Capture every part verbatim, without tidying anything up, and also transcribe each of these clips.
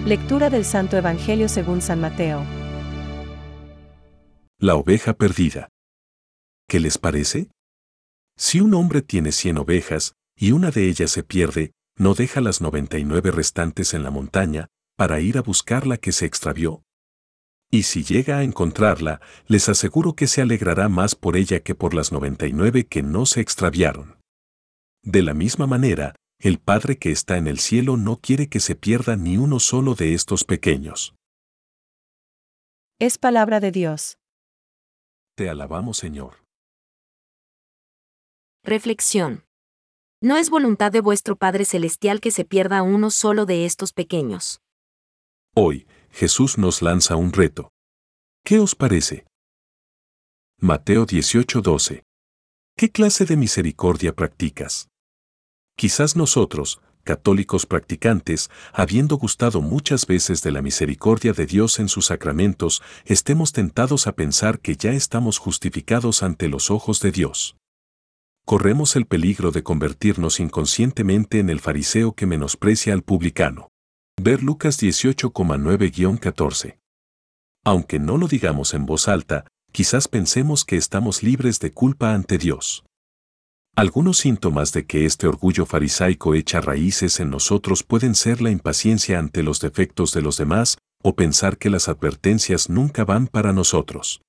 Lectura del Santo Evangelio según San Mateo. La oveja perdida. ¿Qué les parece? Si un hombre tiene cien ovejas, y una de ellas se pierde, ¿no deja las noventa y nueve restantes en la montaña, para ir a buscar la que se extravió? Y si llega a encontrarla, les aseguro que se alegrará más por ella que por las noventa y nueve que no se extraviaron. De la misma manera, el Padre que está en el cielo no quiere que se pierda ni uno solo de estos pequeños. Es palabra de Dios. Te alabamos, Señor. Reflexión. No es voluntad de vuestro Padre Celestial que se pierda uno solo de estos pequeños. Hoy, Jesús nos lanza un reto. ¿Qué os parece? Mateo dieciocho doce. ¿Qué clase de misericordia practicas? Quizás nosotros, católicos practicantes, habiendo gustado muchas veces de la misericordia de Dios en sus sacramentos, estemos tentados a pensar que ya estamos justificados ante los ojos de Dios. Corremos el peligro de convertirnos inconscientemente en el fariseo que menosprecia al publicano. Ver Lucas dieciocho nueve a catorce. Aunque no lo digamos en voz alta, quizás pensemos que estamos libres de culpa ante Dios. Algunos síntomas de que este orgullo farisaico echa raíces en nosotros pueden ser la impaciencia ante los defectos de los demás o pensar que las advertencias nunca van para nosotros.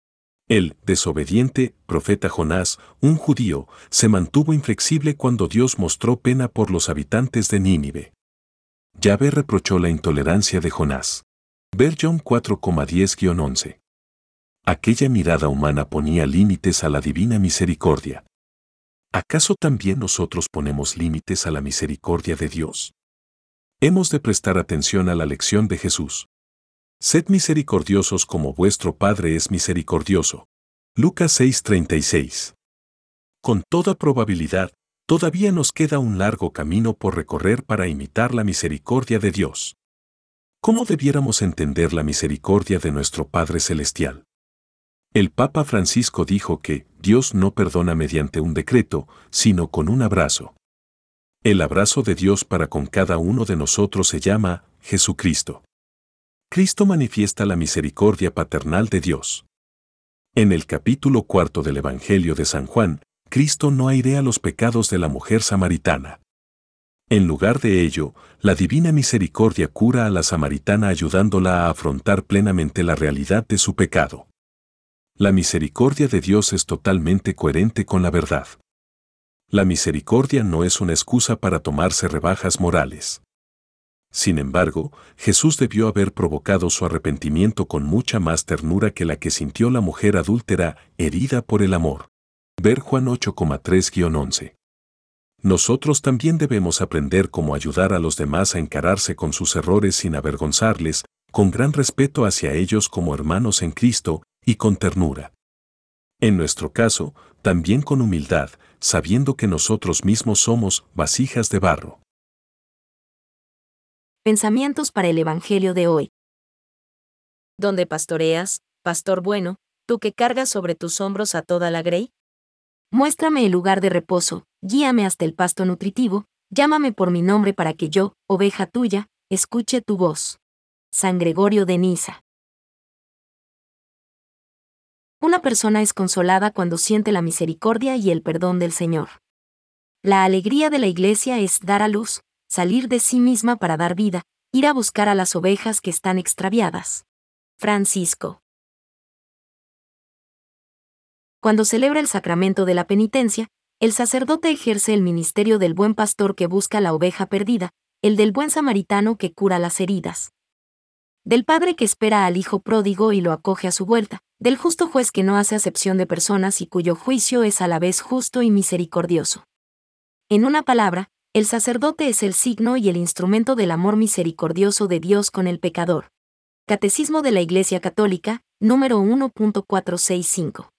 El desobediente profeta Jonás, un judío, se mantuvo inflexible cuando Dios mostró pena por los habitantes de Nínive. Yahvé reprochó la intolerancia de Jonás. Ver John cuatro diez a once. Aquella mirada humana ponía límites a la divina misericordia. ¿Acaso también nosotros ponemos límites a la misericordia de Dios? Hemos de prestar atención a la lección de Jesús. Sed misericordiosos como vuestro Padre es misericordioso. Lucas seis treinta y seis. Con toda probabilidad, todavía nos queda un largo camino por recorrer para imitar la misericordia de Dios. ¿Cómo debiéramos entender la misericordia de nuestro Padre Celestial? El Papa Francisco dijo que Dios no perdona mediante un decreto, sino con un abrazo. El abrazo de Dios para con cada uno de nosotros se llama Jesucristo. Cristo manifiesta la misericordia paternal de Dios. En el capítulo cuarto del Evangelio de San Juan, Cristo no airea los pecados de la mujer samaritana. En lugar de ello, la divina misericordia cura a la samaritana ayudándola a afrontar plenamente la realidad de su pecado. La misericordia de Dios es totalmente coherente con la verdad. La misericordia no es una excusa para tomarse rebajas morales. Sin embargo, Jesús debió haber provocado su arrepentimiento con mucha más ternura que la que sintió la mujer adúltera, herida por el amor. Ver Juan ocho tres a once. Nosotros también debemos aprender cómo ayudar a los demás a encararse con sus errores sin avergonzarles, con gran respeto hacia ellos como hermanos en Cristo, y con ternura. En nuestro caso, también con humildad, sabiendo que nosotros mismos somos vasijas de barro. Pensamientos para el Evangelio de hoy. ¿Dónde pastoreas, pastor bueno, tú que cargas sobre tus hombros a toda la grey? Muéstrame el lugar de reposo, guíame hasta el pasto nutritivo, llámame por mi nombre para que yo, oveja tuya, escuche tu voz. San Gregorio de Niza. Una persona es consolada cuando siente la misericordia y el perdón del Señor. La alegría de la Iglesia es dar a luz, salir de sí misma para dar vida, ir a buscar a las ovejas que están extraviadas. Francisco. Cuando celebra el sacramento de la penitencia, el sacerdote ejerce el ministerio del buen pastor que busca la oveja perdida, el del buen samaritano que cura las heridas, del padre que espera al hijo pródigo y lo acoge a su vuelta, del justo juez que no hace acepción de personas y cuyo juicio es a la vez justo y misericordioso. En una palabra, el sacerdote es el signo y el instrumento del amor misericordioso de Dios con el pecador. Catecismo de la Iglesia Católica, número uno punto cuatrocientos sesenta y cinco.